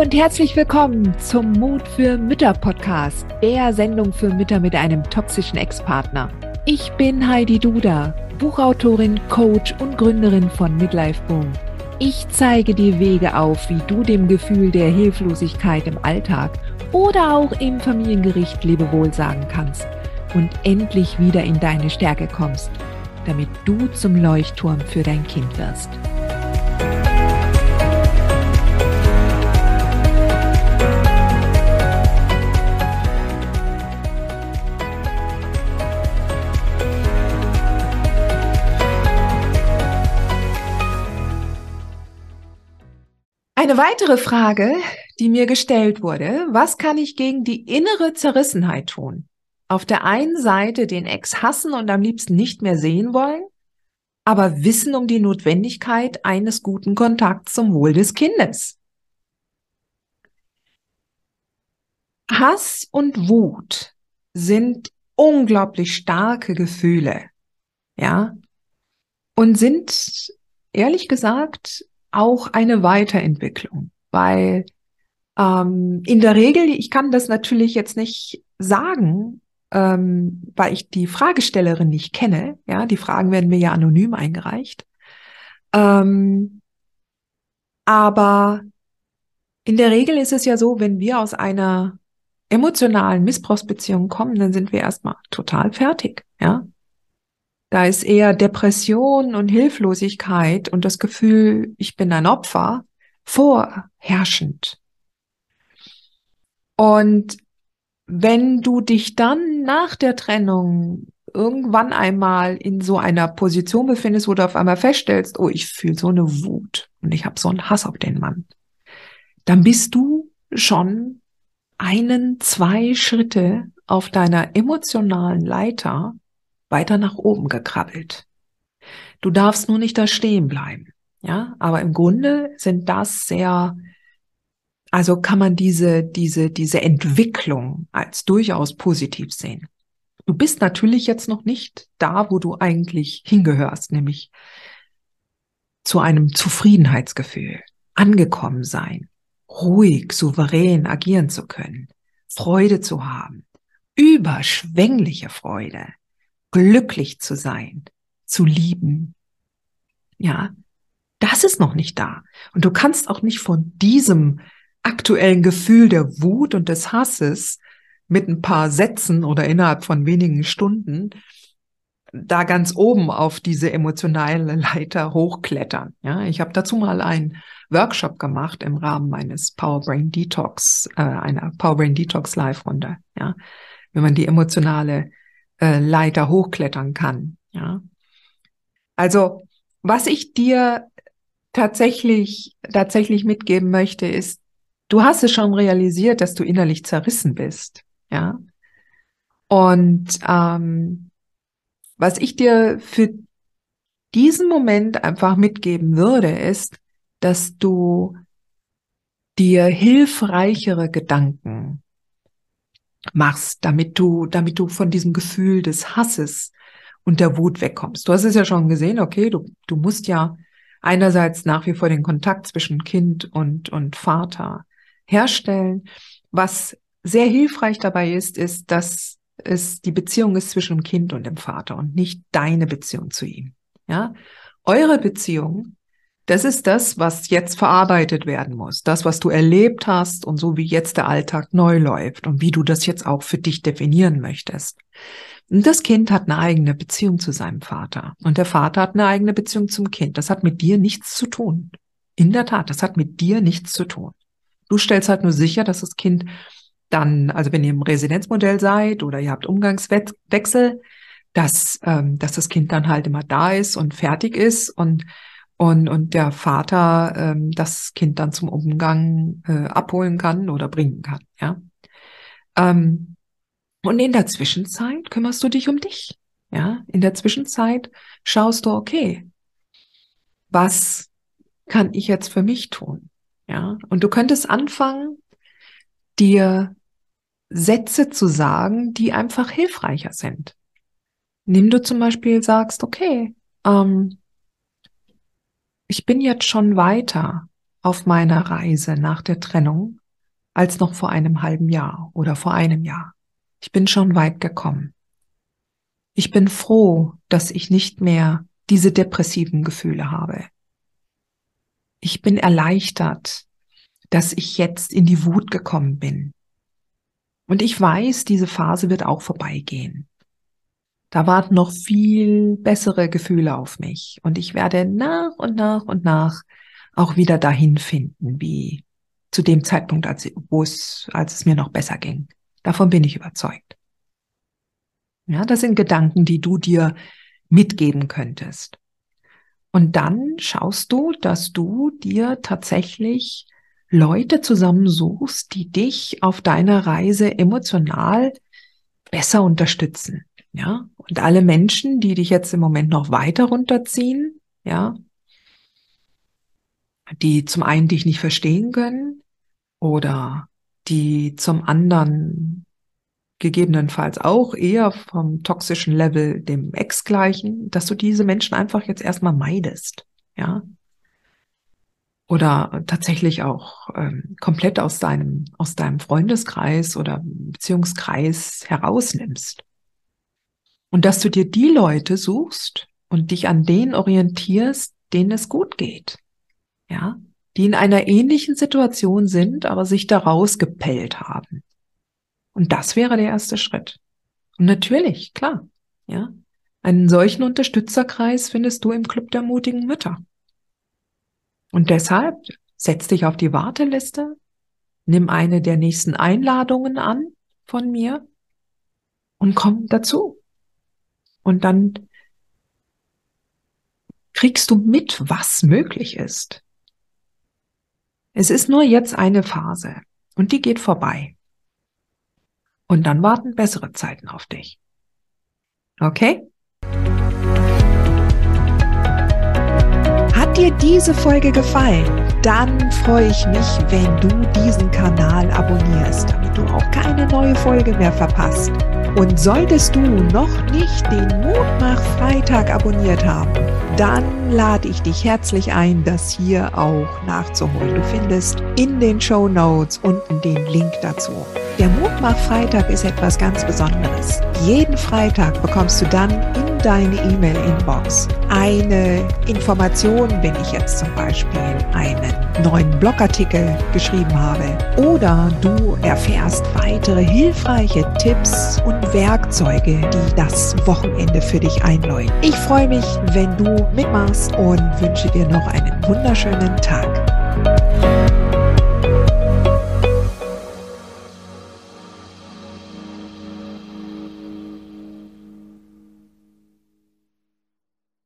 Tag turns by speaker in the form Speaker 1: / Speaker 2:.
Speaker 1: und herzlich willkommen zum Mut für Mütter Podcast, der Sendung für Mütter mit einem toxischen Ex-Partner. Ich bin Heidi Duda, Buchautorin, Coach und Gründerin von Midlife Boom. Ich zeige dir Wege auf, wie du dem Gefühl der Hilflosigkeit im Alltag oder auch im Familiengericht Lebewohl sagen kannst und endlich wieder in deine Stärke kommst, damit du zum Leuchtturm für dein Kind wirst. Eine weitere Frage, die mir gestellt wurde: Was kann ich gegen die innere Zerrissenheit tun? Auf der einen Seite den Ex hassen und am liebsten nicht mehr sehen wollen, aber wissen um die Notwendigkeit eines guten Kontakts zum Wohl des Kindes. Hass und Wut sind unglaublich starke Gefühle, ja, und sind, ehrlich gesagt, auch eine Weiterentwicklung, weil in der Regel, ich kann das natürlich jetzt nicht sagen, weil ich die Fragestellerin nicht kenne, ja, die Fragen werden mir ja anonym eingereicht, aber in der Regel ist es ja so, wenn wir aus einer emotionalen Missbrauchsbeziehung kommen, dann sind wir erstmal total fertig, ja. Da ist eher Depression und Hilflosigkeit und das Gefühl, ich bin ein Opfer, vorherrschend. Und wenn du dich dann nach der Trennung irgendwann einmal in so einer Position befindest, wo du auf einmal feststellst, oh, ich fühle so eine Wut und ich habe so einen Hass auf den Mann, dann bist du schon 2 Schritte auf deiner emotionalen Leiter weiter nach oben gekrabbelt. Du darfst nur nicht da stehen bleiben, ja, aber im Grunde sind das also kann man diese Entwicklung als durchaus positiv sehen. Du bist natürlich jetzt noch nicht da, wo du eigentlich hingehörst, nämlich zu einem Zufriedenheitsgefühl, angekommen sein, ruhig, souverän agieren zu können, Freude zu haben, überschwängliche Freude, glücklich zu sein, zu lieben. Ja, das ist noch nicht da. Und du kannst auch nicht von diesem aktuellen Gefühl der Wut und des Hasses mit ein paar Sätzen oder innerhalb von wenigen Stunden da ganz oben auf diese emotionale Leiter hochklettern. Ja, ich habe dazu mal einen Workshop gemacht im Rahmen meines Powerbrain Detox, einer Powerbrain Detox Live-Runde. Ja, wenn man die emotionale Leiter hochklettern kann. Ja, also was ich dir tatsächlich mitgeben möchte, ist: Du hast es schon realisiert, dass du innerlich zerrissen bist, ja. Und was ich dir für diesen Moment einfach mitgeben würde, ist, dass du dir hilfreichere Gedanken machst, damit du von diesem Gefühl des Hasses und der Wut wegkommst. Du hast es ja schon gesehen, okay, du musst ja einerseits nach wie vor den Kontakt zwischen Kind und Vater herstellen. Was sehr hilfreich dabei ist, dass es die Beziehung ist zwischen dem Kind und dem Vater und nicht deine Beziehung zu ihm. Ja, eure Beziehung, das ist das, was jetzt verarbeitet werden muss. Das, was du erlebt hast und so wie jetzt der Alltag neu läuft und wie du das jetzt auch für dich definieren möchtest. Und das Kind hat eine eigene Beziehung zu seinem Vater und der Vater hat eine eigene Beziehung zum Kind. Das hat mit dir nichts zu tun. In der Tat, das hat mit dir nichts zu tun. Du stellst halt nur sicher, dass das Kind dann, also wenn ihr im Residenzmodell seid oder ihr habt Umgangswechsel, dass das Kind dann halt immer da ist und fertig ist und der Vater das Kind dann zum Umgang abholen kann oder bringen kann. Ja. Und in der Zwischenzeit kümmerst du dich um dich. Ja, in der Zwischenzeit schaust du, okay, was kann ich jetzt für mich tun? Ja, und du könntest anfangen, dir Sätze zu sagen, die einfach hilfreicher sind. Indem du zum Beispiel sagst, okay, ich bin jetzt schon weiter auf meiner Reise nach der Trennung als noch vor einem halben Jahr oder vor einem Jahr. Ich bin schon weit gekommen. Ich bin froh, dass ich nicht mehr diese depressiven Gefühle habe. Ich bin erleichtert, dass ich jetzt in die Wut gekommen bin. Und ich weiß, diese Phase wird auch vorbeigehen. Da warten noch viel bessere Gefühle auf mich. Und ich werde nach und nach auch wieder dahin finden, wie zu dem Zeitpunkt, als es mir noch besser ging. Davon bin ich überzeugt. Ja, das sind Gedanken, die du dir mitgeben könntest. Und dann schaust du, dass du dir tatsächlich Leute zusammensuchst, die dich auf deiner Reise emotional besser unterstützen. Ja, und alle Menschen, die dich jetzt im Moment noch weiter runterziehen, ja, die zum einen dich nicht verstehen können oder die zum anderen gegebenenfalls auch eher vom toxischen Level dem Ex gleichen, dass du diese Menschen einfach jetzt erstmal meidest, ja, oder tatsächlich auch komplett aus deinem Freundeskreis oder Beziehungskreis herausnimmst. Und dass du dir die Leute suchst und dich an denen orientierst, denen es gut geht, ja, die in einer ähnlichen Situation sind, aber sich daraus gepellt haben. Und das wäre der erste Schritt. Und natürlich, klar, ja, einen solchen Unterstützerkreis findest du im Club der mutigen Mütter. Und deshalb setz dich auf die Warteliste, nimm eine der nächsten Einladungen an von mir und komm dazu. Und dann kriegst du mit, was möglich ist. Es ist nur jetzt eine Phase und die geht vorbei. Und dann warten bessere Zeiten auf dich. Okay? Hat dir diese Folge gefallen? Dann freue ich mich, wenn du diesen Kanal abonnierst, damit du auch keine neue Folge mehr verpasst. Und solltest du noch nicht den Mutmach-Freitag abonniert haben, dann lade ich dich herzlich ein, das hier auch nachzuholen. Du findest in den Shownotes unten den Link dazu. Der Mutmach-Freitag ist etwas ganz Besonderes. Jeden Freitag bekommst du dann in deine E-Mail-Inbox eine Information, wenn ich jetzt zum Beispiel einen neuen Blogartikel geschrieben habe. Oder du erfährst weitere hilfreiche Tipps und Werkzeuge, die das Wochenende für dich einläuten. Ich freue mich, wenn du mitmachst und wünsche dir noch einen wunderschönen Tag.